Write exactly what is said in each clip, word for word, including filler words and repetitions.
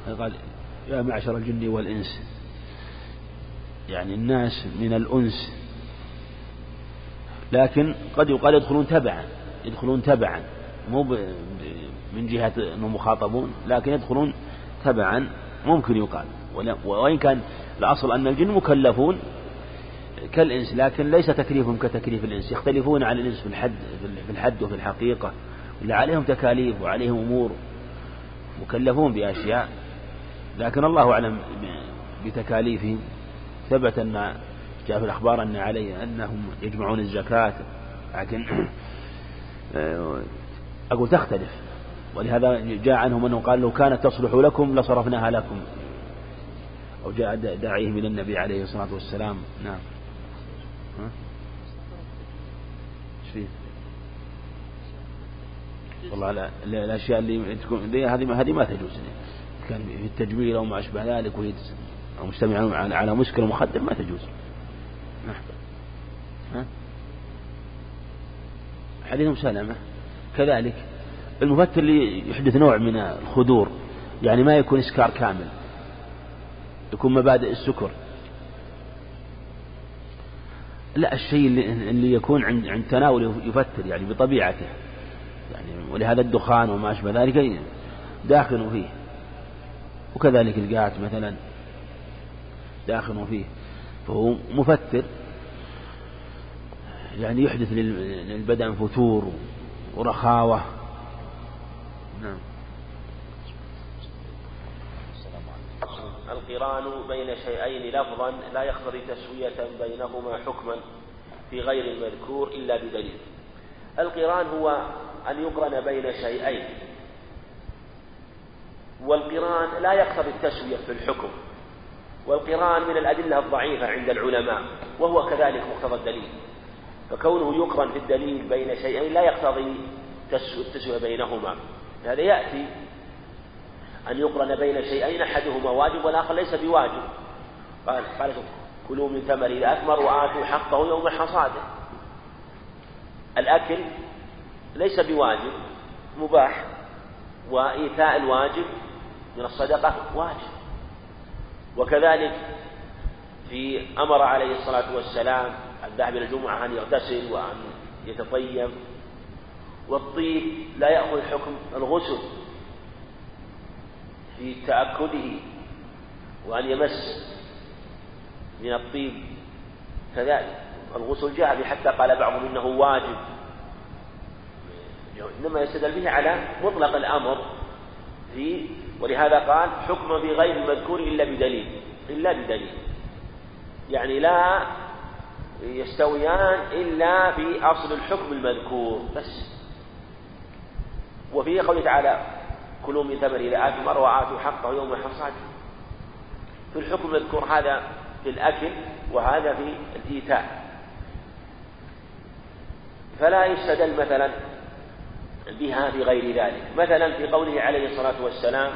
قال يا معشر الجن والإنس، يعني الناس من الأنس، لكن قد يقال يدخلون تبعا، يدخلون تبعا مو من جهة أنهم مخاطبون، لكن يدخلون تبعا ممكن يقال. وإن كان الأصل أن الجن مكلفون كالإنس، لكن ليس تكليفهم كتكليف الإنس، يختلفون عن الإنس في الحد في الحد وفي الحقيقة، اللي عليهم تكاليف وعليهم أمور، مكلفون بأشياء، لكن الله أعلم بتكاليفهم. ثبت أن جاء في الأخبار أن عليه أنهم يجمعون الزكاة، لكن أقول تختلف، ولهذا جاء عنهم أنه قال لو كانت تصلح لكم لصرفناها لكم، أو جاء داعيهم إلى النبي عليه الصلاة والسلام. نعم. ها؟ إيش فيه؟ والله لا، الأشياء اللي تكون هذه هذه ما تجوز، كان في التجميل أو ما أشبه ذلك، وهي أو مجتمعون على مسكر ومخدر ما تجوز. ها؟ حديث سلمة كذلك المفتر اللي يحدث نوع من الخدور، يعني ما يكون إسكار كامل، يكون مبادئ السكر، لا الشيء اللي, اللي يكون عند, عند تناول يفتر يعني بطبيعته، يعني ولهذا الدخان وما أشبه ذلك داخل فيه، وكذلك القات مثلا داخل فيه، فهو مفتر، يعني يحدث للبدن فتور ورخاوة. نعم. القران بين شيئين لفظا لا يقتضي تسوية بينهما حكما في غير المذكور إلا بدليل. القران هو أن يقرن بين شيئين، والقران لا يقتضي التسوية في الحكم، والقران من الأدلة الضعيفة عند العلماء، وهو كذلك مقتضى الدليل، فكونه يقرن في الدليل بين شيئين لا يقتضي التسوية بينهما. هذا يأتي أن يقرن بين شيئين أحدهما واجب والآخر ليس بواجب. قال قال كلوا من ثمره إذا أثمر وآتوا حقه يوم حصاده. الأكل ليس بواجب، مباح، وإيتاء الواجب من الصدقة واجب. وكذلك في أمر عليه الصلاة والسلام الذهاب إلى الجمعة أن يغتسل وأن يتطيب، والطيب لا يأخذ حكم الغسل في تأكده، وأن يمس من الطيب كذلك. الغسل جاء به حتى قال بعضهم إنه واجب، إنما يستدل به على مطلق الأمر في، ولهذا قال حكم بغير المذكور إلا بدليل، إلا بدليل، يعني لا يستويان إلا في أصل الحكم المذكور بس. وفيه قوله تعالى كلوا من ثمره إذا أثمر وآتوا حقه يوم حصاده. في الحكم المذكور هذا في الأكل وهذا في الإيتاء، فلا يستدل مثلا بها في غير ذلك. مثلا في قوله عليه الصلاة والسلام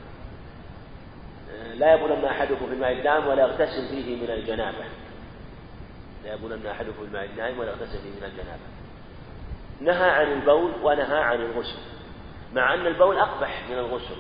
لا يبولن أحدكم في الماء الدائم ولا يغتسل فيه من الجنابة، لا يبولن أحدكم في الماء الدائم ولا يغتسل فيه من الجنابة. نهى عن البول ونهى عن الغسل، مع أن البول أقبح من الغسل.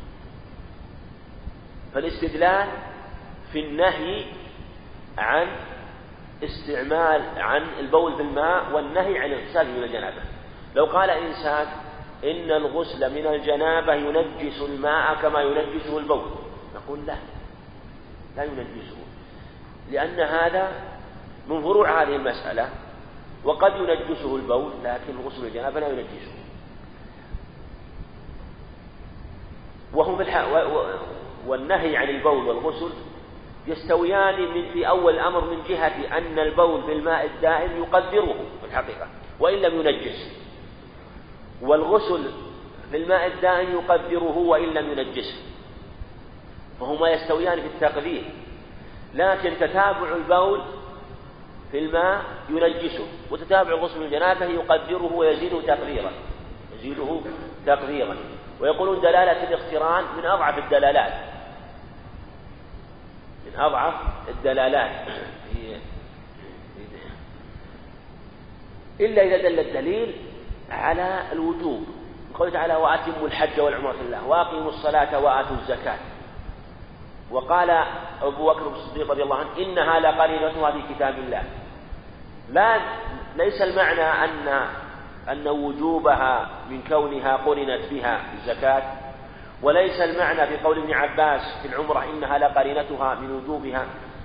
فالاستدلال في النهي عن استعمال عن البول بالماء والنهي عن اغتسال من الجنابة. لو قال إنسان إن الغسل من الجنابة ينجس الماء كما ينجسه البول، نقول لا، لا ينجسه، لأن هذا من فروع هذه المسألة، وقد ينجسه البول لكن غسل الجنابة لا ينجسه. وهم والنهي عن البول والغسل يستويان من في أول الأمر من جهة أن البول بالماء الدائم يقدره في الحقيقة وإن لم ينجس، والغسل بالماء الدائم يقدره وإن لم ينجسه، فهما يستويان في التقدير. لكن تتابع البول في الماء ينجسه، وتتابع غسل الجنابة يقدره ويزيده تقديرا، يزيده تقديرا. ويقولون دلالة الاقتران من أضعف الدلالات، من أضعف الدلالات إلا إذا دل الدليل على الوجوب، قوله تعالى وأتموا الحج والعمرة لله وأقيموا الصلاة وآتوا الزكاة. وقال أبو بكر الصديق رضي الله عنه إنها لقرينتها في كتاب الله. لا ليس المعنى أن أن وجوبها من كونها قرنت بها الزكاة، وليس المعنى في قول ابن عباس في العمرة إنها لقرينتها من وجوبها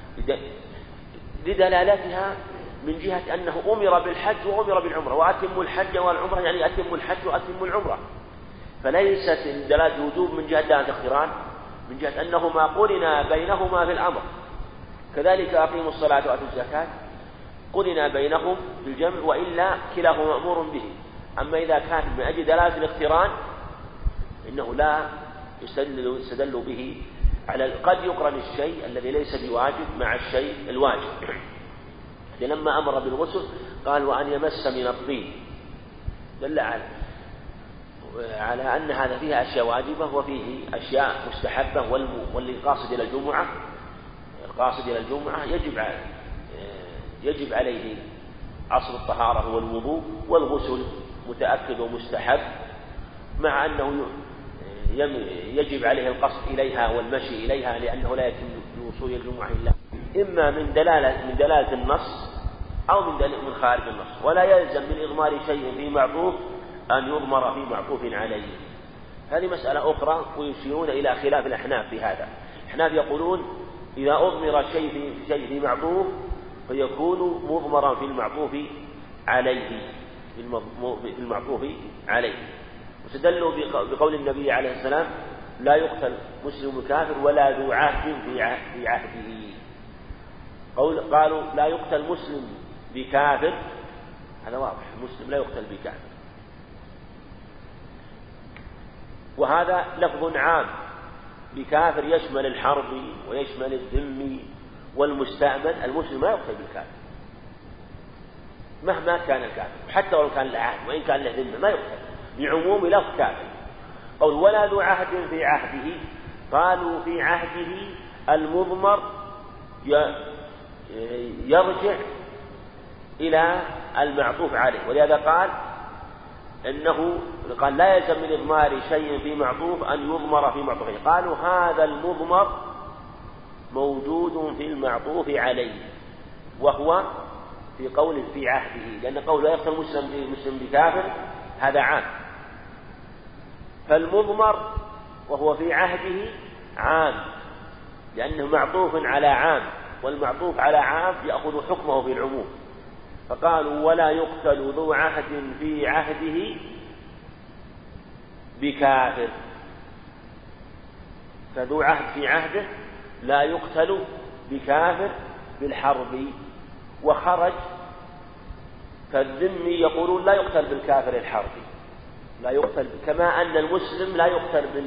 لدلالتها من جهة أنه أمر بالحج وأمر بالعمرة، وأتموا الحج والعمرة يعني أتموا الحج وأتموا العمرة، فليست دلالة وجوب من جهة دلالة الاقتران، من جهة أنهما قرنا بينهما في الأمر. كذلك أقيموا الصلاة وآتوا الزكاة قرنا بينهم بالجمع، وإلا كلاهما مأمور به. أما إذا كان من أجل دلالة الاقتران إنه لا يستدل, يستدل به على قد يقرن الشيء الذي ليس بواجب مع الشيء الواجب. لما أمر بالغسل قال وأن يمس من الطين، دل على على أن هذا فيها أشياء واجبة وفيه أشياء مستحبة، واللي قاصد إلى الجمعة القاصد إلى الجمعة يجب عليه يجب عليه أصل الطهارة والوضوء، والغسل متأكد ومستحب، مع أنه يجب عليه القصد إليها والمشي إليها، لأنه لا يتم الوصول إلى الجمعة إلا إما من دلالة من دلالة النص أو من دلالة من خارج النص. ولا يلزم من إضمار شيء في معطوف أن يضمر في معطوف عليه. هذه مسألة أخرى، ويشيرون إلى خلاف الأحناف في هذا. الأحناف يقولون إذا أضمر شيء في شيء في معطوف فيكون مضمرا في المعطوف عليه في المعطوف عليه. واستدلوا بقول النبي عليه السلام لا يقتل مسلم كافر ولا ذو عهد في عهده. قول قالوا لا يقتل مسلم بكافر، هذا واضح، المسلم لا يقتل بكافر، وهذا لفظ عام بكافر يشمل الحربي ويشمل الذمي والمستأمن. المسلم لا يقتل بالكافر مهما كان الكافر، حتى ولو كان العهد وإن كان له ذمة ما يقتل بعموم لفظ كافر. قول ولا ذو عهد في عهده، قالوا في عهده المضمر يرجع إلى المعطوف عليه، ولهذا قال إنه قال لا يلزم من إضمار شيء في معطوف أن يضمر في معطوفه. قالوا هذا المضمر موجود في المعطوف عليه، وهو في قول في عهده، لأن قول لا يقتل مسلم مسلم بكافر هذا عام، فالمضمر وهو في عهده عام لأنه معطوف على عام، والمعطوف على عام يأخذ حكمه في العموم. فقالوا ولا يقتل ذو عهد في عهده بكافر، فذو عهد في عهده لا يقتل بكافر بالحرب. وخرج فالذمي يقولون لا يقتل بالكافر الحربي، لا يقتل كما أن المسلم لا يقتل بال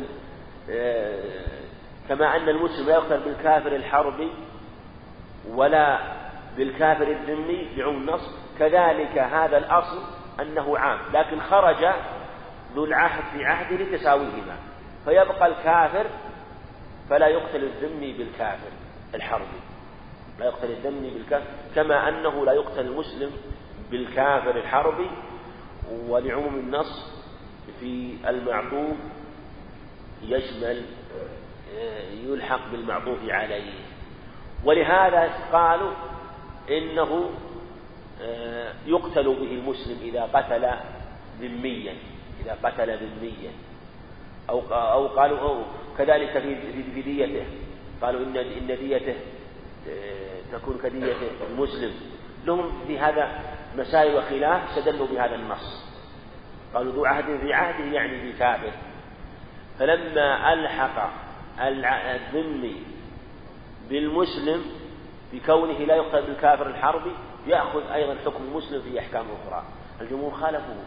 كما أن المسلم لا يقتل بالكافر الحربي ولا بالكافر الذمي بعموم النص، كذلك هذا الأصل أنه عام، لكن خرج ذو العهد في عهده لتساويهما، فيبقى الكافر فلا يقتل الذمي بالكافر الحربي، لا يقتل الذمي بالكافر، كما أنه لا يقتل المسلم بالكافر الحربي. ولعموم النص في المعطوف يشمل يلحق بالمعطوف عليه. ولهذا قالوا إنه يقتل به المسلم إذا قتل ذميا إذا قتل ذميا أو أو قالوا أو كذلك في ديته، قالوا إن إن ديته تكون كدية المسلم. لهم في هذا مسائل وخلاف، استدلوا بهذا النص، قالوا ذو عهد في عهده يعني بكافر، فلما ألحق الذمي بالمسلم بكونه لا يقتل بالكافر الحربي يأخذ أيضا حكم المسلم في أحكام أخرى. الجمهور خالفوه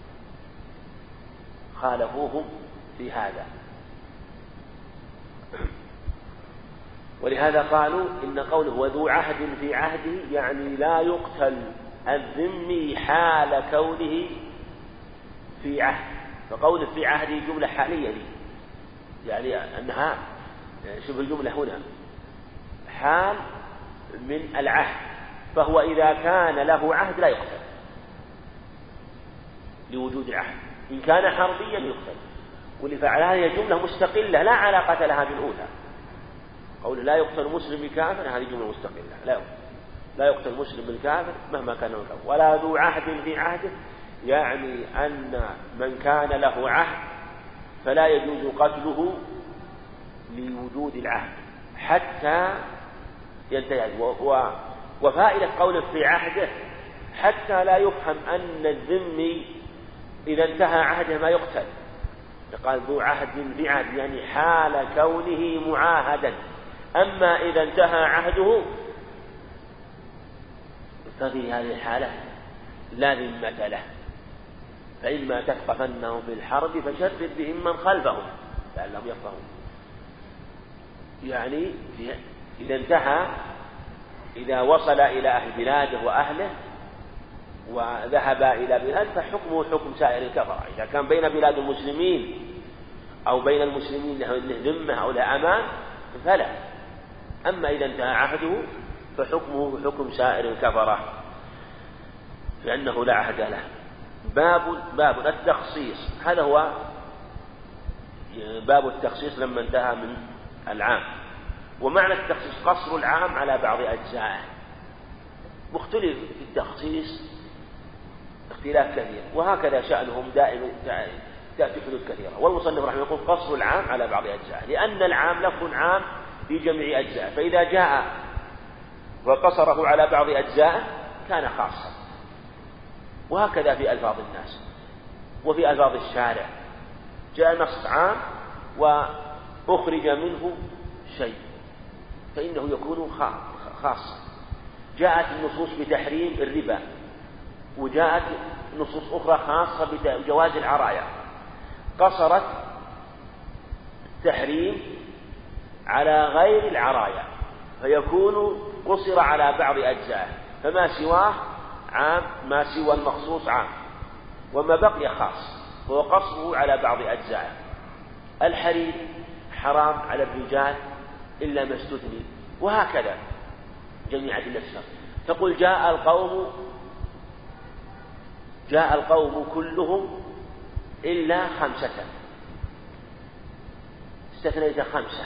خالفوهم في هذا، ولهذا قالوا إن قوله وذو عهد في عهده يعني لا يقتل الذمي حال كونه في عهد، فقوله في عهده جملة حالية لي، يعني أنها شوف الجملة هنا حال من العهد، فهو إذا كان له عهد لا يقتل لوجود العهد، إن كان حربيا يقتل. واللي فعل هذه جملة مستقلة لا علاقة لها بالأولى. قول لا يقتل مسلم بكافر هذه جملة مستقلة، لا لا يقتل مسلم بالكافر مهما كان الكافر، ولا ذو عهد في عهده، يعني أن من كان له عهد فلا يجوز قتله لوجود العهد حتى ينتهي. وفائدة قوله في عهده حتى لا يفهم أن الذمي إذا انتهى عهده ما يقتل. قال ذو عهد في عهد يعني حال كونه معاهدا، أما إذا انتهى عهده ففي هذه الحالة لا ذمة له، فإما تثقفنهم في الحرب فشرد بهم من خلفهم لعلهم يفقهون. يعني إذا انتهى، إذا وصل إلى أهل بلاده وأهله وذهب إلى بلاد فحكمه حكم سائر الكفرة. إذا كان بين بلاد المسلمين أو بين المسلمين له ذمة أو له أمان فلا. أما إذا انتهى عهده فحكمه حكم سائر الكفرة لأنه لا عهد له. باب باب التخصيص، هذا هو باب التخصيص لما انتهى من العام. ومعنى التخصيص قصر العام على بعض أجزائه. مختلف في التخصيص اختلاف كثير، وهكذا شأنهم دائما تأتي حدود كثيرة. والمصنف رحمه الله يقول قصر العام على بعض أجزائه، لأن العام لفظ عام في جميع أجزائه، فإذا جاء وقصره على بعض أجزائه كان خاصا. وهكذا في ألفاظ الناس وفي ألفاظ الشارع، جاء نص عام وأخرج منه شيء فإنه يكون خاصا. جاءت النصوص بتحريم الربا، وجاءت نصوص أخرى خاصة بجواز العرايا، قصرت التحريم على غير العرايا فيكون قصر على بعض أجزائه، فما سواه عام، ما سوى المخصوص عام، وما بقي خاص فهو قصره على بعض أجزائه. الحرير حرام على الرجال إلا ما استثني، وهكذا جميع أدلة الشرع. تقول جاء القوم جاء القوم كلهم إلا خمسة، استثنيت خمسة.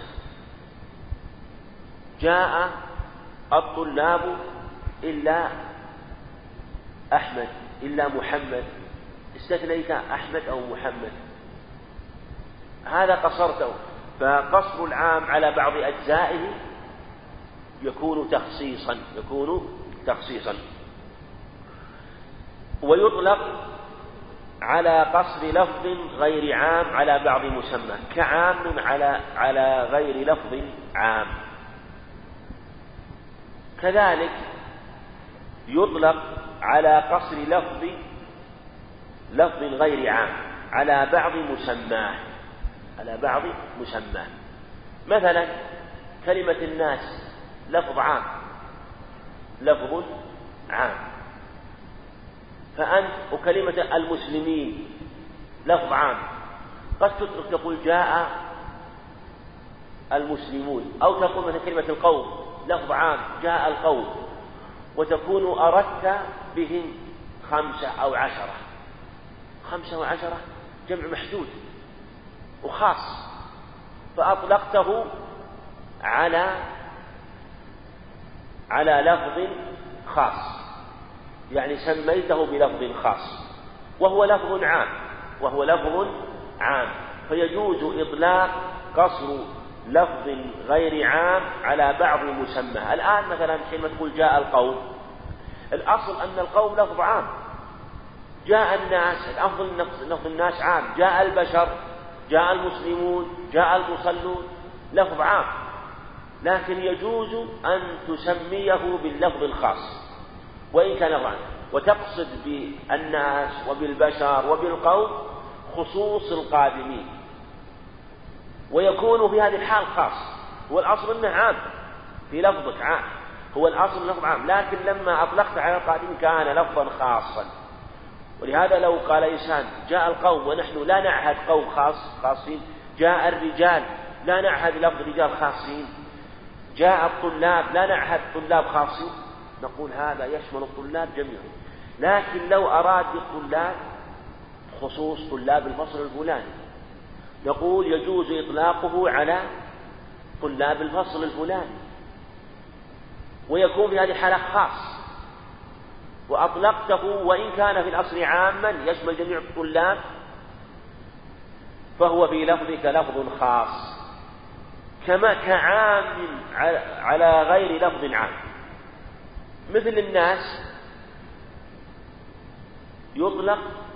جاء الطلاب إلا أحمد إلا محمد، استثنيت أحمد أو محمد، هذا قصرته. فقصر العام على بعض أجزائه يكون تخصيصا يكون تخصيصا ويطلق على قصر لفظ غير عام على بعض مسمى، كعام على على غير لفظ عام. كذلك يطلق على قصر لفظ لفظ غير عام على بعض مسماه على بعض مسماه. مثلا كلمة الناس لفظ عام لفظ عام فأنت، وكلمة المسلمين لفظ عام، قد تترك تقول جاء المسلمون، أو تقول مثل كلمة القوم لفظ عام جاء القوم، وتكون أردت بهم خمسة أو عشرة. خمسة وعشرة جمع محدود وخاص، فأطلقته على على لفظ خاص، يعني سميته بلفظ خاص وهو لفظ عام وهو لفظ عام فيجوز إطلاق قصر لفظ غير عام على بعض مسمى. الآن مثلا حينما تقول جاء القوم، الأصل أن القوم لفظ عام، جاء الناس الأفضل لفظ الناس عام، جاء البشر، جاء المسلمون، جاء المصلون، لفظ عام، لكن يجوز أن تسميه باللفظ الخاص وإن كان لفظ عام، وتقصد بالناس وبالبشر وبالقوم خصوص القادمين، ويكون في هذه الحال خاص. هو الأصل أنه عام في لفظك عام، هو الأصل لفظ عام، لكن لما أطلقت على القادمين كان لفظا خاصا. ولهذا لو قال إنسان جاء القوم ونحن لا نعهد قوم خاص خاصين، جاء الرجال لا نعهد لفظ رجال خاصين، جاء الطلاب لا نعهد طلاب خاصين، نقول هذا يشمل الطلاب جميعا. لكن لو أراد الطلاب بخصوص طلاب الفصل الفلاني، نقول يجوز إطلاقه على طلاب الفصل الفلاني، ويكون في هذه الحالة خاص، وأطلقته وإن كان في الأصل عاما يشمل جميع الطلاب فهو في لفظك لفظ خاص، كما كعام على غير لفظ عام. مثل الناس يطلق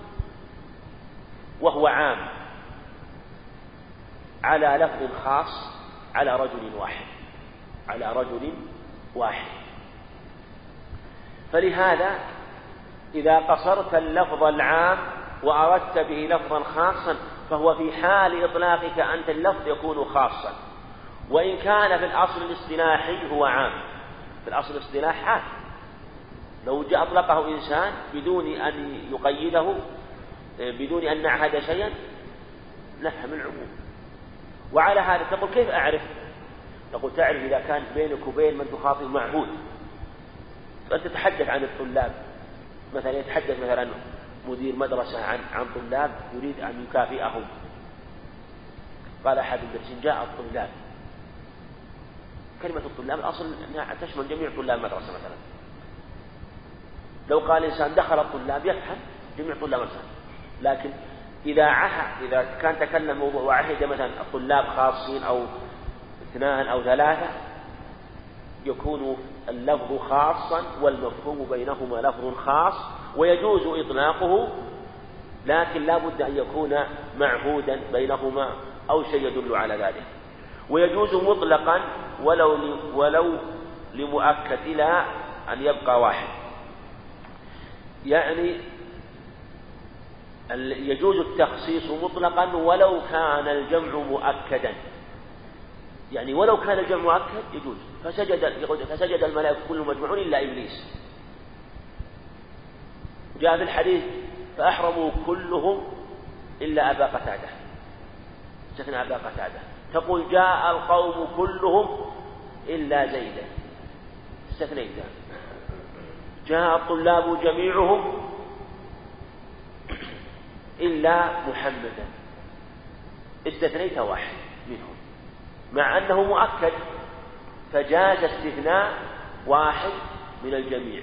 وهو عام على لفظ خاص على رجل واحد على رجل واحد فلهذا إذا قصرت اللفظ العام وأردت به لفظا خاصا فهو في حال إطلاقك أنت اللفظ يكون خاصا، وإن كان في الأصل الاصطلاحي هو عام. في الأصل الاصطلاح عام، لو جاء أطلقه إنسان بدون أن يقيده، بدون أن نعهد شيئا، نفهم العموم. وعلى هذا تقول كيف أعرف؟ تقول تعرف إذا كان بينك وبين من تخاطب معهود، فأنت تتحدث عن الطلاب، مثلا يتحدث مثلا مدير مدرسة عن عن طلاب يريد أن يكافئهم، قال أحد المدرسين جاء الطلاب. كلمة الطلاب الأصل أنها تشمل جميع طلاب المدرسة مثلا. لو قال إنسان دخل الطلاب يفهم جميع طلاب المدرسة، لكن إذا عهد إذا كان تكلم موضوع وعهد مثلا الطلاب خاصين أو اثنان أو ثلاثة يكون اللفظ خاصا والمفهوم بينهما لفظ خاص، ويجوز إطلاقه، لكن لا بد أن يكون معهودا بينهما أو شيء يدل على ذلك. ويجوز مطلقا ولو ولو لمؤكد إلى أن يبقى واحد، يعني يجوز التخصيص مطلقا ولو كان الجمع مؤكدا، يعني ولو كان الجمع مؤكد يجوز. فسجد فسجد الملائكة كلهم مجمعون إلا إبليس. جاء في الحديث فأحرموا كلهم إلا أبا قتادة، استثنى أبا قتادة. تقول جاء القوم كلهم إلا زيدا، استثنيته. جاء الطلاب جميعهم إلا محمدا، استثنيت واحد منهم مع أنه مؤكد، فجاز استثناء واحد من الجميع.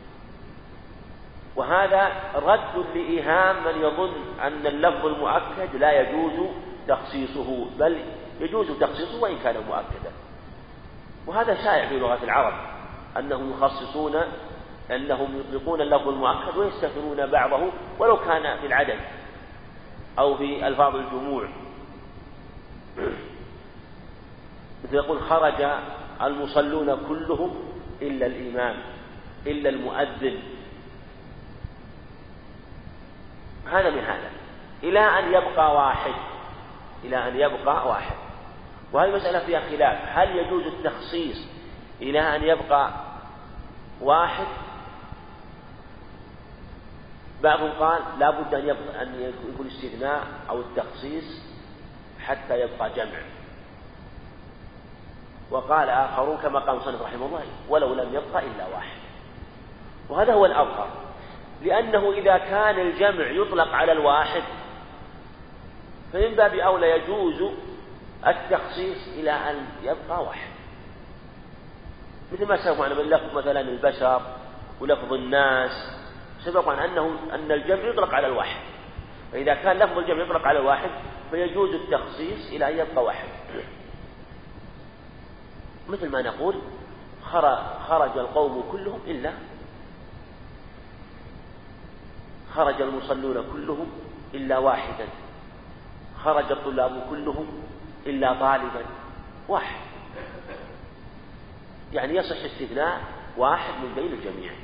وهذا رد لإيهام من يظن أن اللفظ المؤكد لا يجوز تخصيصه، بل يجوز تخصيصه وإن كان مؤكدا. وهذا شائع في لغة العرب أنهم يخصصون أنهم يطلقون اللفظ المؤكد ويستثنون بعضه ولو كان في العدد أو في ألفاظ الجموع. مثل يقول خرج المصلون كلهم إلا الإمام إلا المؤذن، هذا من هذا إلى أن يبقى واحد إلى أن يبقى واحد. وهذه مسألة فيها خلاف، هل يجوز التخصيص إلى أن يبقى واحد؟ بعضهم قال لا بد أن يبقى أن يكون استثناء أو التخصيص حتى يبقى جمع، وقال آخرون كما قال المصنف رحمه الله ولو لم يبقى إلا واحد. وهذا هو الأظهر، لأنه إذا كان الجمع يطلق على الواحد فمن باب أولى يجوز التخصيص إلى أن يبقى واحد، مثل ما سبق معنا من لفظ مثلا البشر ولفظ الناس، سبق عن أنه أن الجمع يطلق على الواحد، فإذا كان لفظ الجمع يطلق على الواحد فيجوز التخصيص إلى أن يبقى واحد. مثل ما نقول خرج القوم كلهم إلا خرج المصلون كلهم إلا واحدا، خرج الطلاب كلهم إلا طالبا واحد، يعني يصح استثناء واحد من بين الجميع.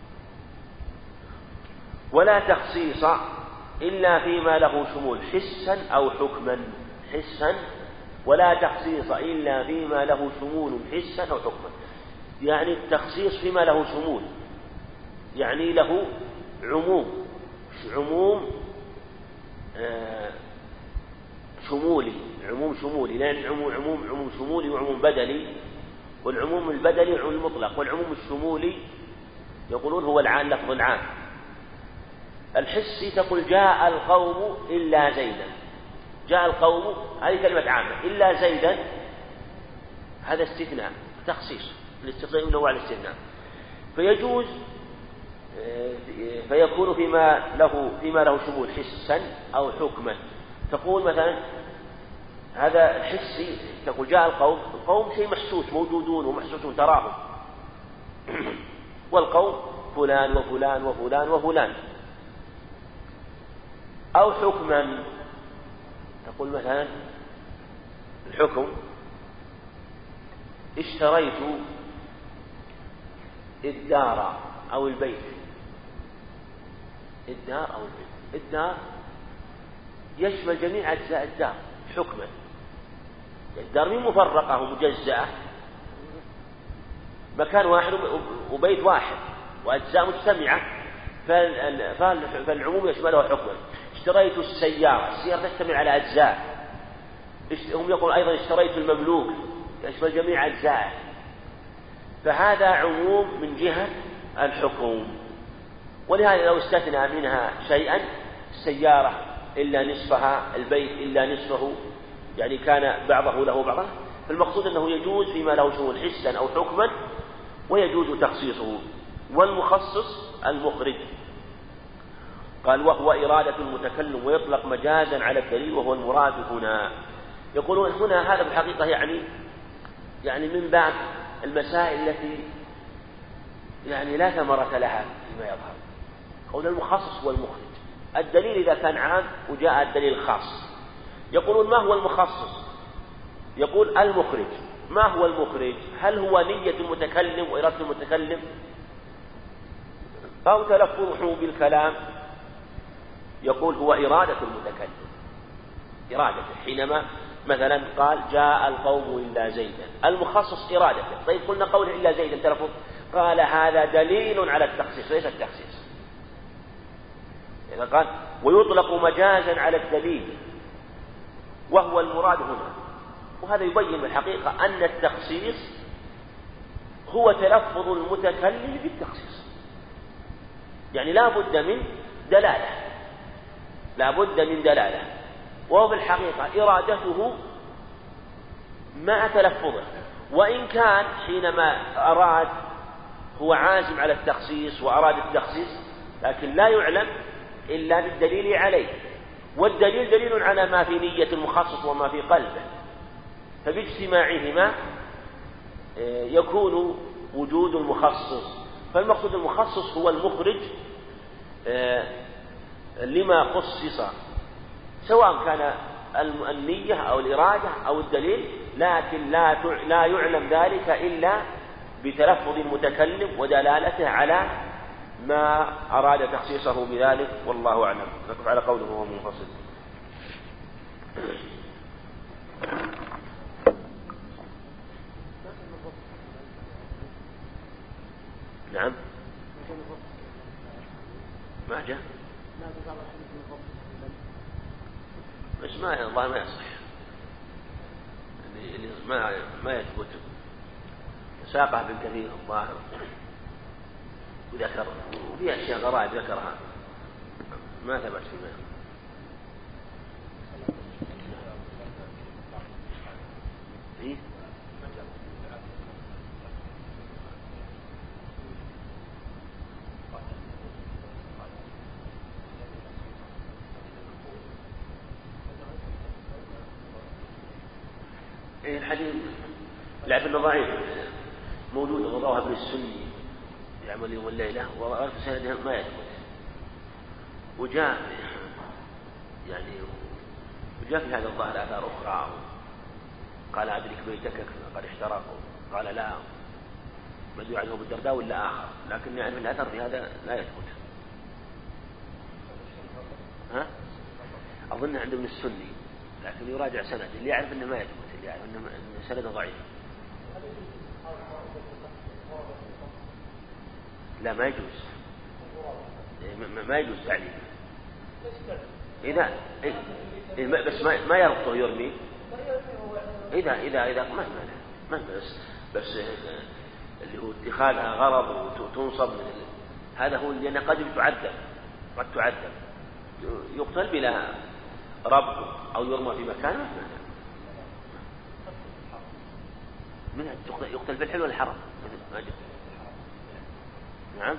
ولا تخصيص إلا فيما له شمول حسا أو حكما، حسا ولا تخصيص إلا فيما له شمول حسا أو حكما، يعني التخصيص فيما له شمول يعني له عموم عموم آه شمولي عموم شمولي لأن عموم عموم عموم شمولي وعموم بدلي، والعموم البدلي عموم المطلق، والعموم الشمولي يقولون هو العام لفظ العام. الحسي تقول جاء القوم إلا زيدا، جاء القوم هذه كلمة عامة، إلا زيدا هذا استثناء تخصيص الاستثناء من نوع الاستثناء، فيجوز فيكون فيما له فيما له شمول حسا أو حكما. تقول مثلا هذا حسي، تقول جاء القوم، القوم شيء محسوس موجودون ومحسوسون تراهم، والقوم فلان وفلان وفلان وفلان. أو حكما، تقول مثلا الحكم اشتريت الدار أو البيت، الدار أو البيت، الدار يشمل جميع أجزاء الدار حكما، الدار مين مفرقة ومجزأة، مكان واحد وبيت واحد وأجزاء مجتمعة، فالعموم يشمله حكما. اشتريت السيارة، السيارة تشتمل على أجزاء، هم يقول أيضا اشتريت المملوك يشمل جميع أجزاءه، فهذا عموم من جهة الحكم. ولهذا لو استثنى منها شيئا، السيارة إلا نصفها، البيت إلا نصفه، يعني كان بعضه له بعضه، فالمقصود أنه يجوز فيما له شمول حسا أو حكما، ويجوز تخصيصه. والمخصص المخرج، قال وهو إرادة المتكلم ويطلق مجازا على الدليل وهو المراد هنا. يقولون هنا هذا بالحقيقة يعني يعني من باب المسائل التي يعني لا ثمرة لها فيما يظهر. قول المخصص هو المخرج، الدليل إذا كان عام وجاء الدليل الخاص. يقولون ما هو المخصص؟ يقول المخرج. ما هو المخرج؟ هل هو نية المتكلم وإرادة المتكلم، أو تلفظه بالكلام؟ يقول هو إرادة المتكلم، إرادته حينما مثلا قال جاء القوم إلا زيدا، المخصص إرادته. طيب قلنا قوله إلا زيدا تلفظ، قال هذا دليل على التخصيص ليس التخصيص. إذا قال ويطلق مجازا على الدليل وهو المراد هنا، وهذا يبين بالحقيقة أن التخصيص هو تلفظ المتكلم بالتخصيص، يعني لا بد من دلالة، لا بد من دلالة، وهو بالحقيقة إرادته مع تلفظه. وإن كان حينما أراد هو عازم على التخصيص وأراد التخصيص، لكن لا يعلم إلا بالدليل عليه، والدليل دليل على ما في نية المخصص وما في قلبه، فباجتماعهما يكون وجود المخصص. فالمقصود المخصص هو المخرج لما خصص، سواء كان النية أو الإرادة أو الدليل، لكن لا لا يعلم ذلك إلا بتلفظ المتكلم ودلالته على ما أراد تخصيصه بذلك، والله أعلم. نقف على قوله وهو منفصل. نعم ما جاء، بس ما والله ما يصح، اللي ما ما يثبت ساقه ابن كثير الظاهر وذكر، وفي أشياء غرائب ذكرها ما ثبت فيما. إيه؟ إيه الحديث لعب ضعيف موجود وضعها ابن السني يعمل يوم الليلة، وغير سنده ما يثبت. وجاء يعني وجاء في هذا الظاهر آثار أخرى، قال أدرك بيتك قد احترقوا، قال لا مدعو عنه بالدرداء ولا آخر، لكن نعرف الأثر في هذا لا يثبت. ها؟ أظن عند ابن السني، لكن يراجع سند، اللي يعرف أنه ما يثبت، اللي يعرف أنه سنده ضعيف. لا ما يجوز، ما يجوز تعليم إذا إيه بس ما ما يربطه يرمي، إذا إذا إذا ما ما بس بس اللي هو اتخاذها غرض وتنصب، هذا هو اللي قد تعذب قد تعذب يقتل بلا ربط أو يرمى في مكان من يقتل بالحل والحرام. نعم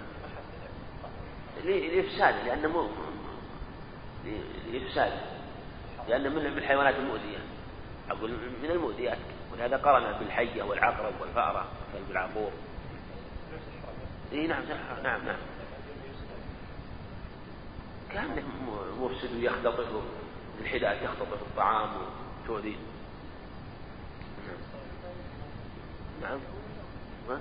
لإفساد لأنه مو لإفساد لأنه من الحيوانات المؤذية أقول من المؤذيات، ولهذا قرن بالحية والعقرب والفأرة والعقور. إيه نعم نعم نعم كان مفسد يختطف الحداء تختطف الطعام وتؤذي. نعم ما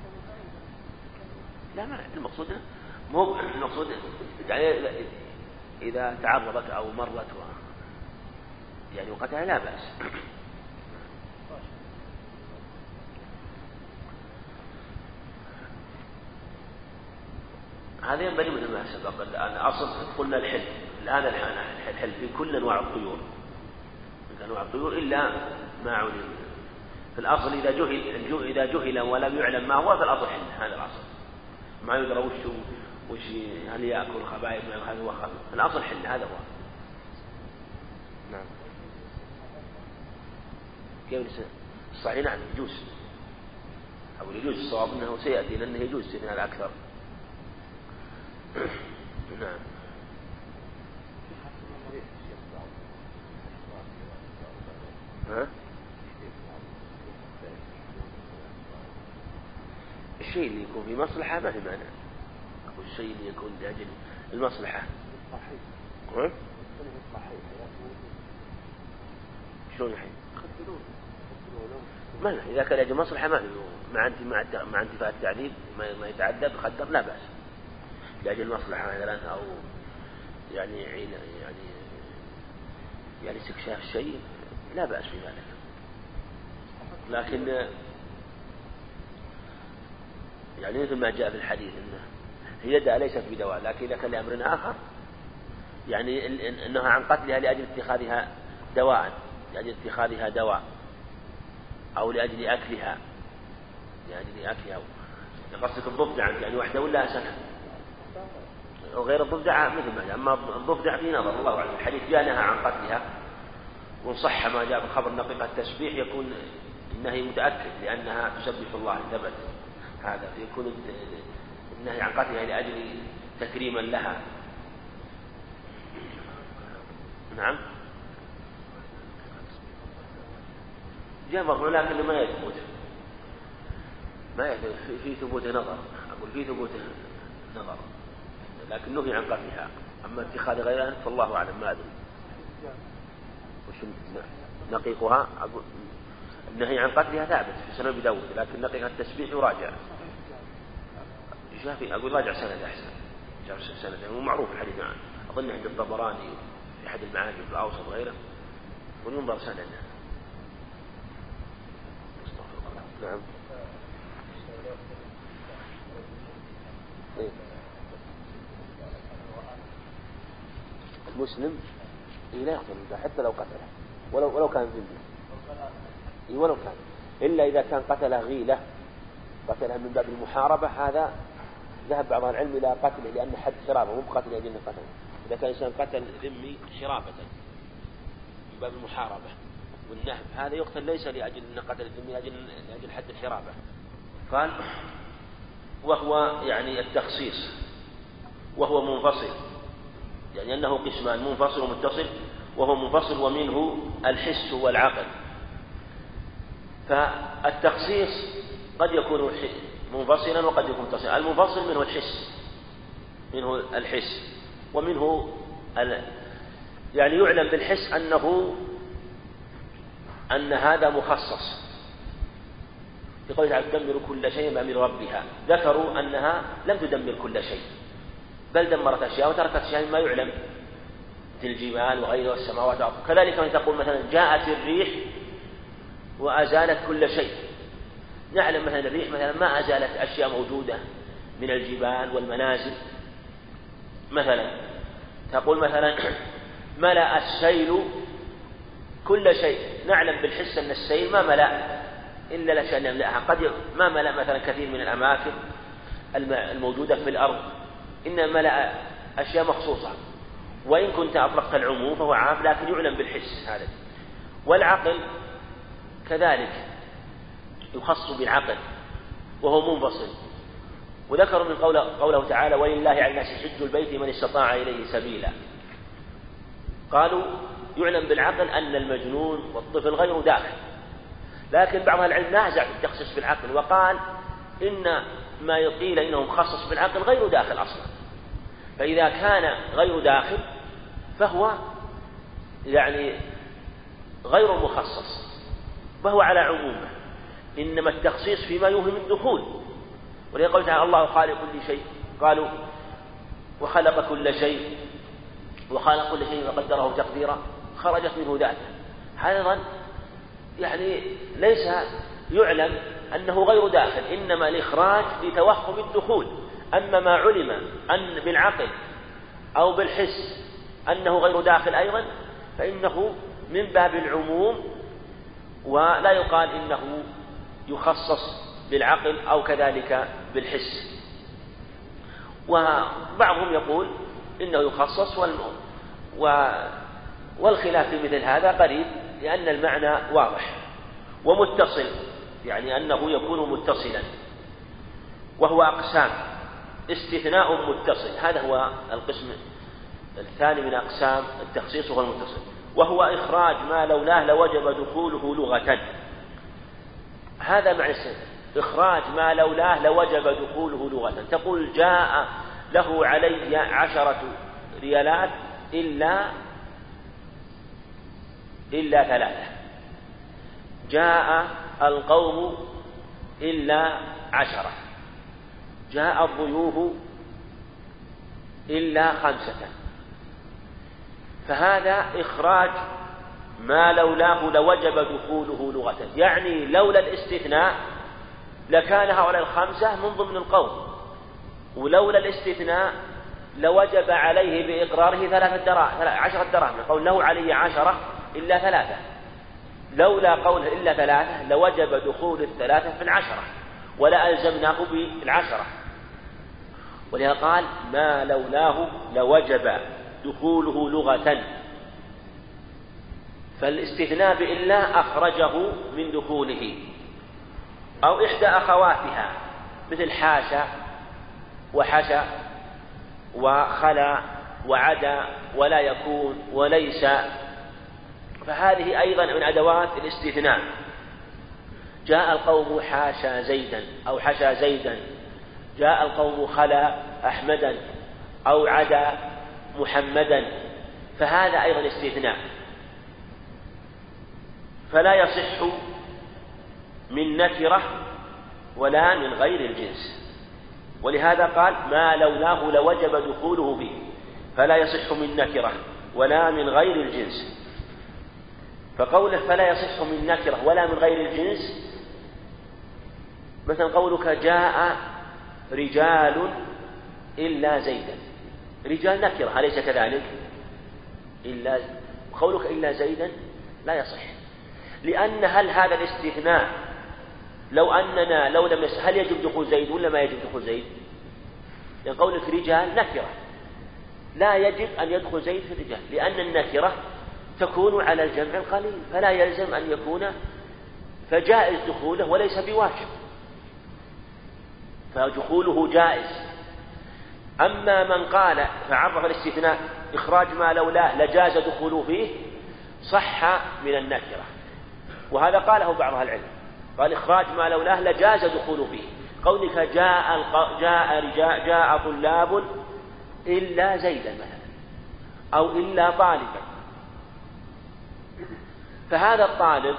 لا ما المقصود مو المقصود يعني إذا تعرضت أو مرت يعني وقتها لا بأس. هذا ينبغي مثل ما سبق الآن أصل قلنا الحل الآن الحل في كل أنواع الطيور من أنواع الطيور إلا ما علم. في الأصل إذا جهل إذا جهل ولم يعلم ما هو في الأصل حل. هذا الأصل ما يدرى وش وش هل يأكل خبائث ما هذا هو خبائث في الأصل حل. هذا هو. نعم كيف صحيح نعم يجوز أو يجوز الصواب أنه سيأتي لأنه يجوز سيدنا الأكثر. نعم ها الشيء اللي يكون في مصلحة ما في مانع. والشيء اللي يكون لأجل المصلحة ها شلون الحين ما إذا كان لأجل مصلحة ما في مع مع انتفاء التعذيب ما يتعذب يخدر لا بأس. لأجل مصلحة مثلا أو يعني يعني يعني استكشاف الشيء لا بأس في ذلك. لكن يعني مثل ما جاء في الحديث إنه هي داء ليست بدواء، لكن إذا كان لأمر آخر يعني إنها عن قتلها لأجل اتخاذها دواء لأجل اتخاذها دواء أو لأجل أكلها لأجل أكلها قصدك الضفدع يعني وحده ولا سنة وغير الضفدع مثل ما جاء. أما الضفدع في نظر الله أعلم. الحديث جاء عن قتلها وصح ما جاء في الخبر نقيقة التسبيح يكون النهي متأكد لأنها تسبح الله ثبت هذا يكون النهي عن قتلها لأجل تكريما لها. نعم جاء مرفوع لكن ما يثبت ما يثبت في ثبوت نظر. أقول في ثبوت نظر لكن نهي عن قتلها. أما اتخاذ غيرها فالله أعلم ما أدري وش نقيقها. أقول النهي عن قتلها ثابت في سنن أبي داود لكن نقيق التسبيح يراجع شافي أقول راجع سند أحسن جاب سند هو معروف الحديث عنه أظن عند الطبراني في أحد المعاجم في الأوسط غيره وننظر سنده. نعم إيه؟ المسلم إيه لا يقتل حتى لو قتله ولو ولو كان ذمي إيه ولو كان إلا إذا كان قتله غيلة قتله من باب المحاربة هذا ذهب بعض العلم إلى قتله لأن حد حرابة مو بقتل لأجل قتله. إذا كان إنسان قتل ذمي حرابة من باب المحاربة والنهب هذا يقتل ليس لأجل أن قتل الذمي لأجل, لأجل حد الحرابة. قال وهو يعني التخصيص وهو منفصل يعني أنه قسمان منفصل ومتصل. وهو منفصل ومنه الحس والعقل. فالتخصيص قد يكون منفصلا وقد يكون متصلا. المنفصل منه الحس منه الحس ومنه يعني يعلم بالحس أنه أن هذا مخصص. في قوله تعالى تدمر كل شيء بأمر ربها ذكروا أنها لم تدمر كل شيء بل دمرت أشياء وتركت أشياء ما يعلم مثل الجبال وغيرها والسماوات والأرض. كذلك من تقول مثلا جاءت الريح وأزالت كل شيء. نعلم مثلا الريح مثلا ما أزالت أشياء موجودة من الجبال والمنازل. مثلا تقول مثلا ملأ السيل كل شيء. نعلم بالحس أن السيل ما ملأ إلا الأشياء اللي يملأها. قد ما ملأ مثلا كثير من الأماكن الموجودة في الأرض إنما ملأ أشياء مخصوصة، وإن كنت أطلقت العموم فهو عام لكن يعلم بالحس هذا. والعقل كذلك يخص بالعقل وهو منفصل، وذكروا من قوله, قوله تعالى ولله على الناس حج البيت من استطاع إليه سبيلا، قالوا يعلم بالعقل أن المجنون والطفل غير داخل، لكن بعض العلم نازع في التخصيص بالعقل وقال إن ما يقيل إنه مخصص بالعقل غير داخل أصلا، فإذا كان غير داخل فهو يعني غير مخصص وهو على عمومه، إنما التخصيص فيما يوهم الدخول. ولقول تعالى الله خالق كل شيء، قالوا وخلق كل شيء وخلق كل شيء وقدره تقديرا، خرجت منه ذاته. هذا أيضا يعني ليس يعلم أنه غير داخل، إنما الإخراج لتوهم الدخول. أما ما علم أن بالعقل أو بالحس أنه غير داخل أيضا فإنه من باب العموم، ولا يقال إنه يخصص بالعقل أو كذلك بالحس. وبعضهم يقول إنه يخصص، والخلاف في مثل هذا قريب لأن المعنى واضح ومتصل، يعني أنه يكون متصلا، وهو أقسام: استثناء متصل، هذا هو القسم الثاني من أقسام التخصيص وهو المتصل، وهو إخراج ما لولاه لوجب دخوله لغة. هذا معنى إخراج ما لولاه لوجب دخوله لغة. تقول جاء له علي عشرة ريالات إلا إلا ثلاثة، جاء القوم إلا عشرة، جاء الضيوف إلا خمسة. فهذا إخراج ما لولاه لوجب دخوله لغة، يعني لولا الاستثناء لكان هؤلاء الخمسة من ضمن القوم، ولولا الاستثناء لوجب عليه بإقراره ثلاثة دراهم عشرة دراهم، قول له علي عشرة إلا ثلاثة، لولا قوله إلا ثلاثة لوجب دخول الثلاثة في العشرة ولا ألزمناه بالعشرة. ولهذا قال ما لولاه لوجب دخوله لغة، فالاستثناء بإلا أخرجه من دخوله. أو إحدى أخواتها مثل حاشا وحشى وخلا وعدا ولا يكون وليس، فهذه أيضا من أدوات الاستثناء. جاء القوم حاشا زيدا أو حشا زيدا، جاء القوم خلا أحمدا أو عدا محمدا، فهذا أيضا استثناء، فلا يصح من نكرة ولا من غير الجنس. ولهذا قال ما لولاه لوجب دخوله به، فلا يصح من نكرة ولا من غير الجنس. فقوله فلا يصح من نكرة ولا من غير الجنس، مثلا قولك جاء رجال إلا زيدا، رجال نكرة أليس كذلك؟ إلا قولك إلا زيدا لا يصح، لأن هل هذا الاستثناء لو أننا لو لم يصح هل يجب دخول زيد ولا ما يجب دخول زيد؟ يعني قولك رجال نكرة لا يجب أن يدخل زيد في الرجال، لأن النكرة تكون على الجمع القليل فلا يلزم أن يكون، فجائز دخوله وليس بواجب، فدخوله جائز. أما من قال فعرف الاستثناء إخراج ما لولاه لجاز دخوله فيه صح من النكرة، وهذا قاله بعض أهل العلم، قال إخراج ما لولاه لجاز دخوله فيه. قولك جاء الق... جاء رجاء جاء طلاب إلا زيدا مثلا أو إلا طالبا، فهذا الطالب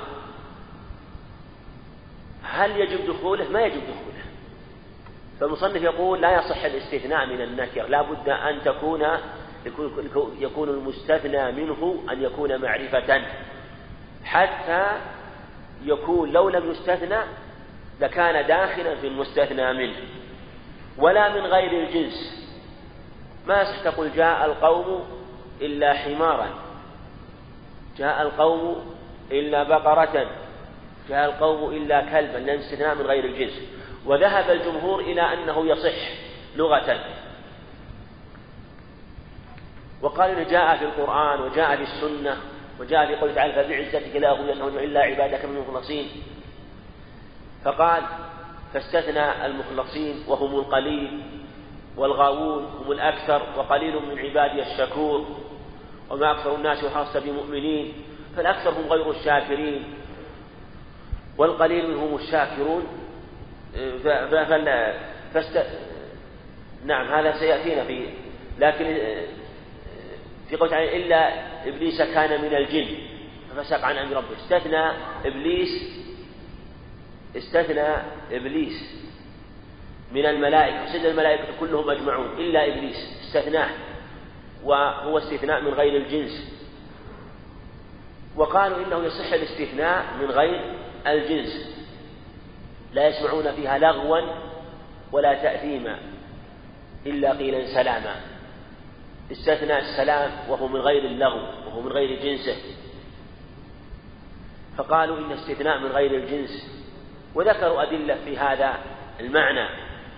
هل يجب دخوله؟ ما يجب دخوله. فالمصنف يقول لا يصح الاستثناء من النكر، لا بد أن تكون يكون المستثنى منه أن يكون معرفة، حتى يكون لو لم يستثنى لكان داخلا في المستثنى منه. ولا من غير الجنس، ما تقول جاء القوم إلا حمارا، جاء القوم إلا بقرة، جاء القوم إلا كلبا، لأن استثناء من غير الجنس. وذهب الجمهور إلى أنه يصح لغة، وقال إن جاء في القرآن وجاء في السنة وجاء في قوله تعالى فبعزتك لا أغوينهم إلا عبادك من المخلصين. فقال فاستثنى المخلصين وهم القليل والغاوون هم الأكثر وقليل من عبادي الشكور وما أكثر الناس وخاصة بمؤمنين، فالأكثر هم غير الشاكرين والقليل منهم الشاكرون. فاست... نعم هذا سيأتينا في لكن في قوله تعالى إلا إبليس كان من الجن ففسق عن أمر ربه، استثنى إبليس استثنى إبليس من الملائكة، سجد الملائكة كلهم أجمعون إلا إبليس استثناه، وهو استثناء من غير الجنس. وقالوا إنه يصح الاستثناء من غير الجنس، لا يسمعون فيها لغوا ولا تأثيما إلا قيلا سلاما. استثنى السلام وهو من غير اللغو وهو من غير جنسه، فقالوا إن استثناء من غير الجنس، وذكروا أدلة في هذا المعنى.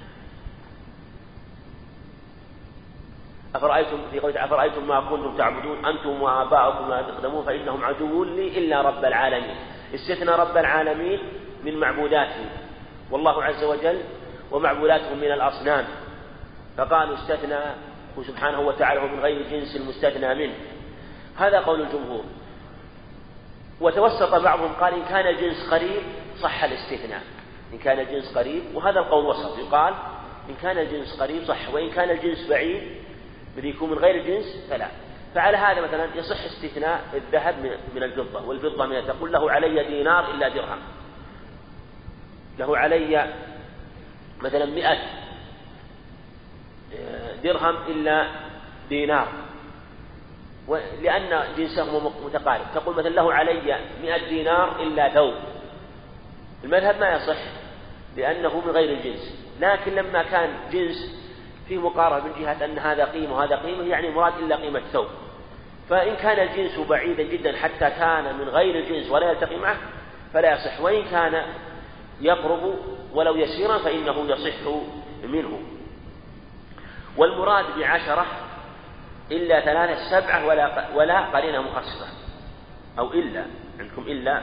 أفرأيتم في قوله أفرأيتم ما كنتم تعبدون أنتم وآباؤكم لا تقدمون فإنهم عدو لي إلا رب العالمين. استثنى رب العالمين من معبوداتهم والله عز وجل ومعبوداتهم من الأصنام، فقالوا استثنى سبحانه وتعالى من غير جنس المستثنى منه. هذا قول الجمهور. وتوسط بعضهم قال إن كان الجنس قريب صح الاستثناء، إن كان الجنس قريب، وهذا القول وسط، يقال إن كان الجنس قريب صح، وإن كان الجنس بعيد بده يكون من غير الجنس فلا. فعلى هذا مثلا يصح استثناء الذهب من الفضة والفضة من تقول له علي دينار إلا درهم، له علي مثلا مئة درهم إلا دينار، لأن جنسهم متقارب. تقول مثلا له علي مئة دينار إلا ثوب، المذهب ما يصح لأنه من غير الجنس. لكن لما كان جنس فيه مقاربة من جهة أن هذا قيمة وهذا قيمة، يعني مراد إلا قيمة ثوب، فإن كان الجنس بعيدا جدا حتى كان من غير الجنس ولا يلتقي معه فلا يصح، وإن كان يقرب ولو يسيرا فإنه يصح منه. والمراد بعشرة إلا ثلاثة سبعة ولا ولا قرينة مخصصة، أو إلا عندكم إلا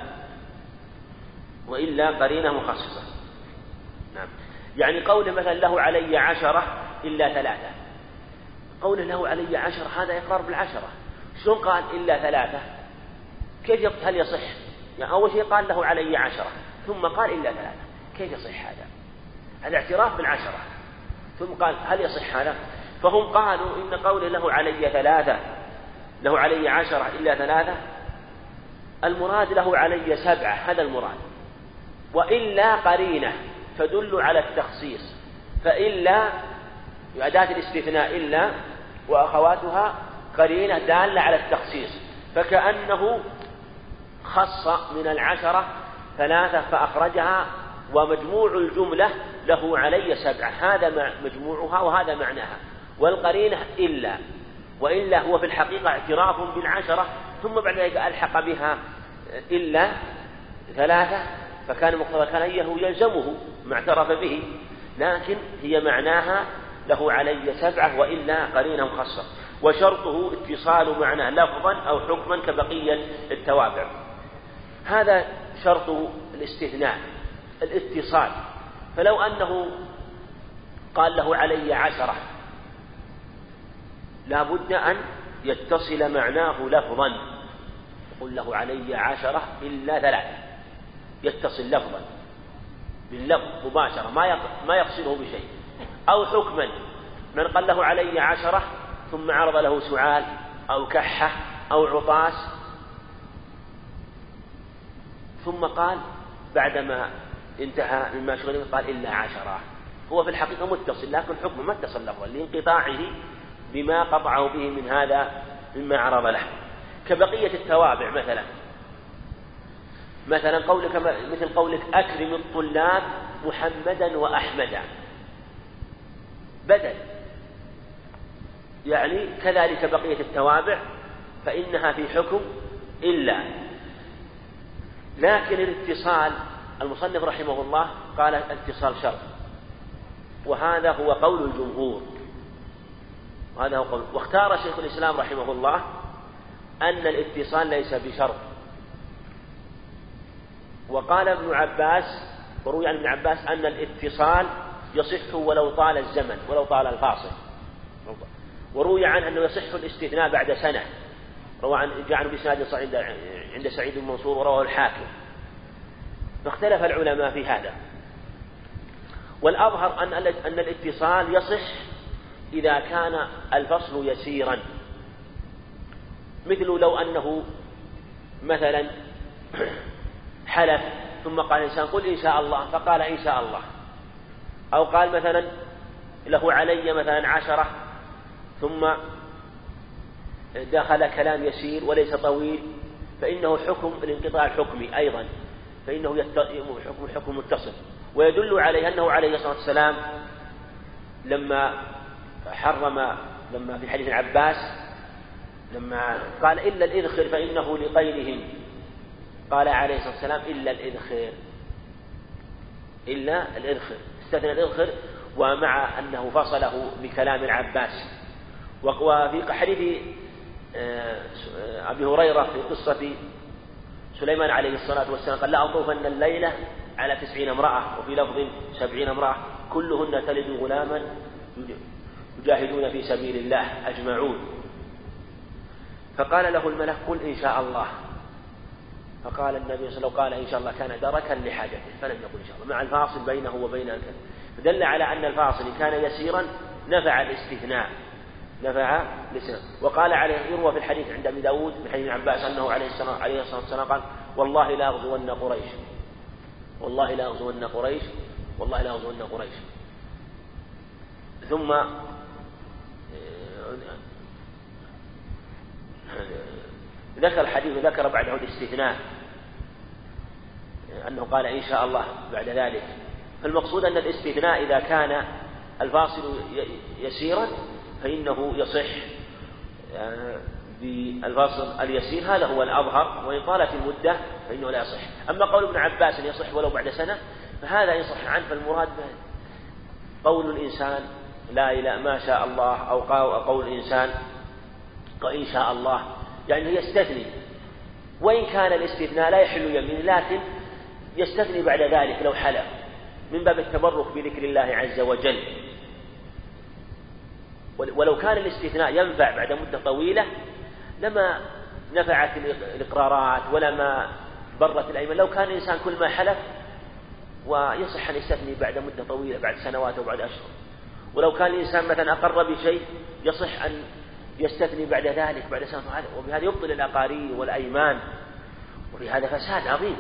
وإلا قرينة مخصصة. نعم، يعني قوله مثلا له علي عشرة إلا ثلاثة، قوله له علي عشرة هذا إقرار بالعشرة. شلون قال إلا ثلاثة؟ كيف هل يصح؟ يعني أول شيء قال له علي عشرة ثم قال إلا ثلاثة، كيف يصح هذا؟ هذا اعتراف بالعشرة ثم قال هل يصح هذا؟ فهم قالوا إن قوله له علي ثلاثة له علي عشرة إلا ثلاثة المراد له علي سبعة، هذا المراد. وإلا قرينة تدل على التخصيص، فإلا أداة الاستثناء إلا وأخواتها قرينة دالة على التخصيص، فكأنه خص من العشرة ثلاثة فأخرجها، ومجموع الجملة له علي سبعة، هذا مجموعها وهذا معناها. والقرينة إلا، وإلا هو في الحقيقة اعتراف بالعشرة ثم بعد ذلك ألحق بها إلا ثلاثة، فكان مقتضى كان يلزمه ما اعترف به، لكن هي معناها له علي سبعة وإلا قرينة خاصة. وشرطه اتصال معناه لفظا أو حكما كبقية التوابع. هذا شرط الاستثناء الاتصال. فلو أنه قال له علي عشرة لا بد أن يتصل معناه لفظا، يقول له علي عشرة إلا ثلاثة، يتصل لفظا باللفظ مباشرة ما يقصده بشيء. أو حكما، من قال له علي عشرة ثم عرض له سعال أو كحة أو عطاس ثم قال بعدما انتهى مما شغله قال إلا عشرة، هو في الحقيقة متصل لكن حكمه ما اتصل لفظا لانقطاعه بما قطعه به من هذا مما عرض له. كبقية التوابع مثلا مثلا قولك مثل قولك أكرم الطلاب محمدا وأحمدا بدل، يعني كذلك بقية التوابع فإنها في حكم إلا. لكن الاتصال المصنف رحمه الله قال الاتصال شرط، وهذا هو قول الجمهور. وهذا هو قول. واختار شيخ الإسلام رحمه الله أن الاتصال ليس بشرط. وقال ابن عباس، وروي عن ابن عباس أن الاتصال يصح ولو طال الزمن ولو طال الفاصل. وروي عنه أنه يصح الاستثناء بعد سنة، روى عن جاء عنه بإسناد صحيح عند سعيد بن منصور ورواه الحاكم. فاختلف العلماء في هذا، والأظهر أن أن الاتصال يصح إذا كان الفصل يسيرا، مثل لو أنه مثلا حلف ثم قال الإنسان قل إن شاء الله فقال إن شاء الله، أو قال مثلا له علي مثلا عشرة ثم دخل كلام يسير وليس طويل، فإنه حكم الانقطاع الحكمي أيضا، فإنه حكم حكم متصل. ويدل عليه أنه عليه الصلاة والسلام لما حرم، لما في حديث العباس لما قال إلا الإذخر فإنه لقيلهم، قال عليه الصلاة والسلام إلا الإذخر، إلا الإذخر، استثنى الإذخر، ومع أنه فصله بكلام العباس. وفي حديث أبي هريرة في قصة سليمان عليه الصلاة والسلام قال لا أطوفن الليلة على تسعين امرأة، وفي لفظ سبعين امرأة كلهن تلد غلاما يجاهدون في سبيل الله أجمعون. فقال له الملك قل إن شاء الله، فقال النبي صلى الله عليه وسلم قال إن شاء الله كان دركا لحاجته، فلم يقل إن شاء الله، مع الفاصل بينه وبين الكلام. فدل على أن الفاصل كان يسيرا نفع الاستثناء، نفع الاستثناء. وقال عليه، يروى في الحديث عند أبي داود من حديث عباس أنه عليه الصلاة عليه الصلاة والسلام قال والله لا أغزون قريش، والله لا أغزون قريش، والله لا أغزون قريش. ثم ذكر الحديث وذكر بعده الاستثناء أنه قال إن شاء الله بعد ذلك. فالمقصود أن الاستثناء إذا كان الفاصل يسيرا فإنه يصح بالفاصل اليسير، هذا هو الأظهر. وإن طالت المدة فإنه لا يصح. أما قول ابن عباس أن يصح ولو بعد سنة فهذا يصح عنه، فالمراد قول الإنسان لا إله ما شاء الله، أو قول الإنسان إن شاء الله، يعني يستثني، وإن كان الاستثناء لا يحل يمين، لكن يستثني بعد ذلك لو حلف من باب التبرك بذكر الله عز وجل. ولو كان الاستثناء ينفع بعد مدة طويلة لما نفعت الإقرارات ولما برت الأيمان، لو كان الإنسان كل ما حلف، ويصح أن يستثني بعد مدة طويلة بعد سنوات أو بعد أشهر. ولو كان الإنسان مثلا أقر بشيء يصح أن يستثني بعد ذلك بعد سنة، وبهذا يبطل الأقارير والأيمان، وفي هذا فساد عظيم.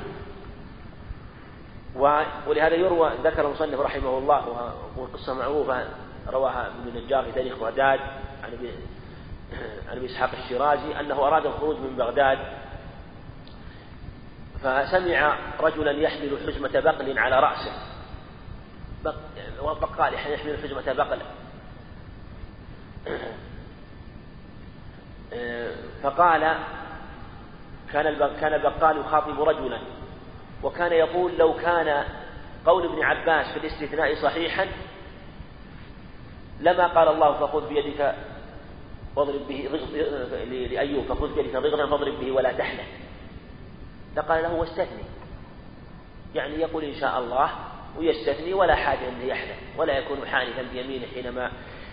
ولهذا يروى ذكر المصنف رحمه الله وقصة معروفة رواها ابن النجار في تاريخ بغداد عن عن ابي اسحاق الشيرازي انه اراد الخروج من بغداد، فسمع رجلا يحمل حزمة بقل على رأسه، وبقال يحمل حزمة بقل، فقال كان كان البقال يخاطب رجلا وكان يقول لو كان قول ابن عباس في الاستثناء صحيحا لما قال الله فخذ بيدك واضرب به لأيوب فخذ بيدك ضغنا فاضرب به ولا تحنث، لقال له واستثني، يعني يقول إن شاء الله ويستثني ولا حاجة أن يحلف، ولا يكون حانثا بيمينه حينما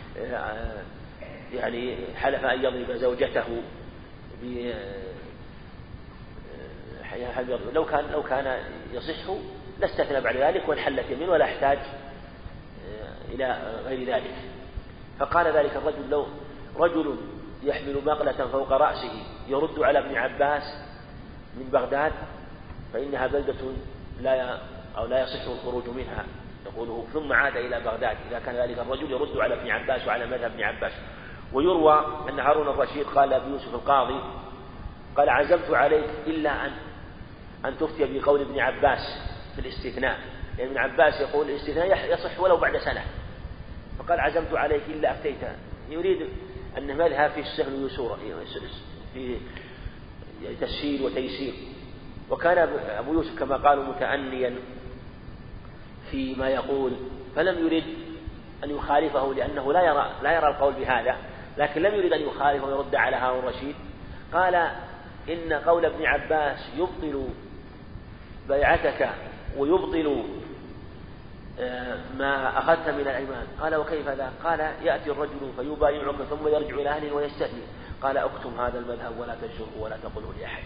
يعني حلف أن يضرب زوجته ب لو كان لو كان يصح لاستثنى بعد ذلك وانحلت يمين ولا احتاج إلى غير ذلك. فقال ذلك الرجل لو رجل يحمل بغلة فوق رأسه يرد على ابن عباس من بغداد فإنها بلدة لا أو لا يصح الخروج منها، يقوله ثم عاد إلى بغداد إذا كان ذلك الرجل يرد على ابن عباس وعلى مذهب ابن عباس. ويروى أن هارون الرشيد قال أبي يوسف القاضي قال عزمت عليك إلا أن أن تفتي بقول ابن عباس في الاستثناء، يعني ابن عباس يقول الاستثناء يصح ولو بعد سنة، فقال عزمت عليك إلا أفتيت، يريد أن مذهب في السهل واليسور في تسهيل وتيسير. وكان أبو يوسف كما قالوا متأنيا فيما يقول، فلم يرد أن يخالفه لأنه لا يرى لا يرى القول بهذا، لكن لم يريد أن يخالف ويرد على هارون الرشيد. قال إن قول ابن عباس يبطل بيعتك ويبطل ما أخذت من الأيمان. قال وكيف ذا؟ قال يأتي الرجل فيبايعك ثم يرجع إلى أهله ويستثني. قال اكتم هذا المذهب ولا تنشره ولا تقوله لأحد.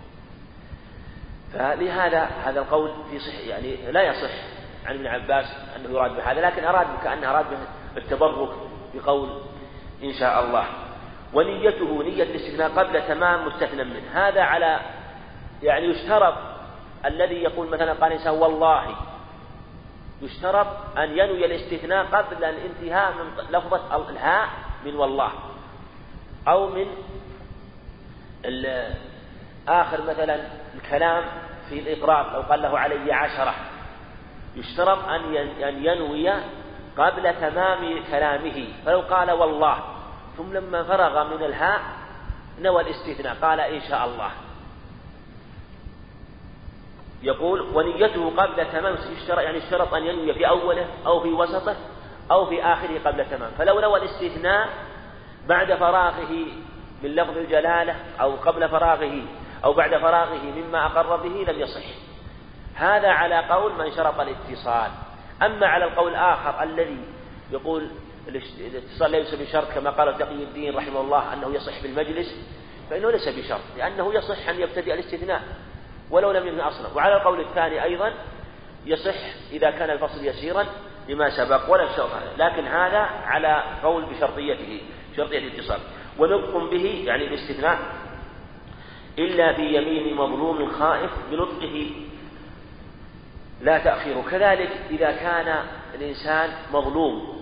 فلهذا هذا القول في صح يعني لا يصح عن ابن عباس أنه يراد بهذا، لكن أراد كأنه أراد التبرك بقول إن شاء الله. ونيته نية الاستثناء قبل تمام مستثنى منه. هذا على يعني يشترط الذي يقول مثلا قال إنسان والله، يشترط أن ينوي الاستثناء قبل الانتهاء من لفظة الهاء من والله، أو من آخر مثلا الكلام في الإقرار لو قال له علي عشرة، يشترط أن ينوي قبل تمام كلامه. فلو قال والله ثم لما فرغ من الهاء نوى الاستثناء قال إن شاء الله. يقول ونيته قبل تمام يعني اشترط أن ينوي في أوله أو في وسطه أو في آخره قبل تمام. فلو نوى الاستثناء بعد فراغه من لفظ الجلالة أو قبل فراغه أو بعد فراغه مما أقر به لم يصح. هذا على قول من شرط الاتصال. أما على القول الآخر الذي يقول الاتصال ليس بشرط كما قال تقي الدين رحمه الله أنه يصح بالمجلس، فإنه ليس بشرط، لأنه يصح أن يبتدئ الاستثناء ولو لم ينهي أصلا. وعلى القول الثاني أيضا يصح إذا كان الفصل يسيرا لما سبق ولا شرط، لكن هذا على قول بشرطيته شرطية الاتصال. ونطق به يعني الاستثناء إلا في يمين مظلوم خائف بنطقه لا تأخيره. كذلك إذا كان الإنسان مظلوم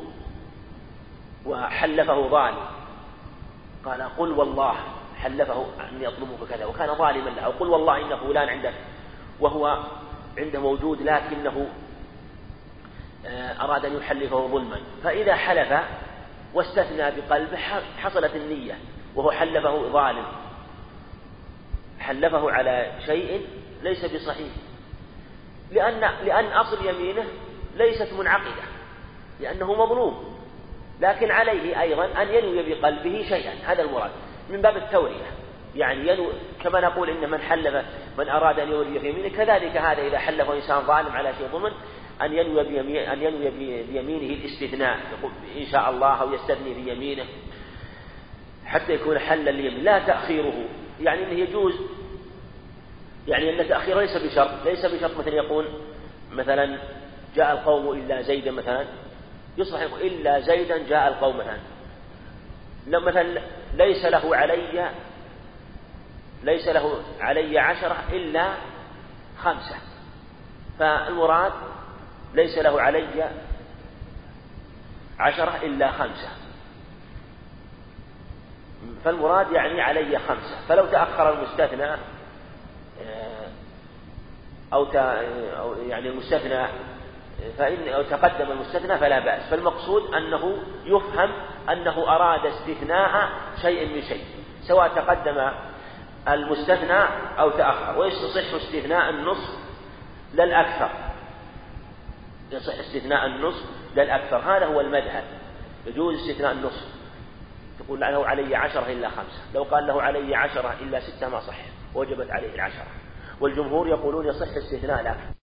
وحلفه ظالم، قال قل والله حلفه أني أطلبك كذا وكان ظالما له، أو قل والله إن فلان عندك وهو عنده موجود لكنه أراد أن يحلفه ظلما، فإذا حلف واستثنى بقلبه حصلت النية وهو حلفه ظالم، حلفه على شيء ليس بصحيح، لأن لأن أصل يمينه ليست منعقدة لأنه مظلوم، لكن عليه أيضا أن ينوي بقلبه شيئا. هذا المراد من باب التورية، يعني ينوي كما نقول إن من حلف من أراد أن يوري في يمينه، كذلك هذا إذا حلف إنسان ظالم على شيء ظلم أن ينوي بيمين أن ينوي بيمينه الاستثناء، يقول إن شاء الله أو يستثني بيمينه حتى يكون حلا اليمين لا تأخيره. يعني أنه يجوز، يعني أن تأخيره ليس بشرط، ليس بشرط مثلا يقول مثلا جاء القوم إلا زيدا مثلا، يصح يقول إلا زيدا جاء القوم مثلا، لو مثلا ليس له علي ليس له علي عشرة إلا خمسة، فالمراد ليس له علي عشرة إلا خمسة، فالمراد يعني علي خمسة. فلو تأخر المستثنى أو يعني المستثنى فإن أو تقدم المستثنى فلا بأس. فالمقصود أنه يفهم أنه أراد استثناء شيء من شيء، سواء تقدم المستثنى أو تأخر، ويصح استثناء النصف للأكثر، يصح استثناء النصف للأكثر. هذا هو المذهب، يجوز استثناء النصف، تقول له علي عشرة إلا خمسة، لو قال له علي عشرة إلا ستة ما صح، وجبت عليه العشرة. والجمهور يقولون يصح استثناء الأكثر.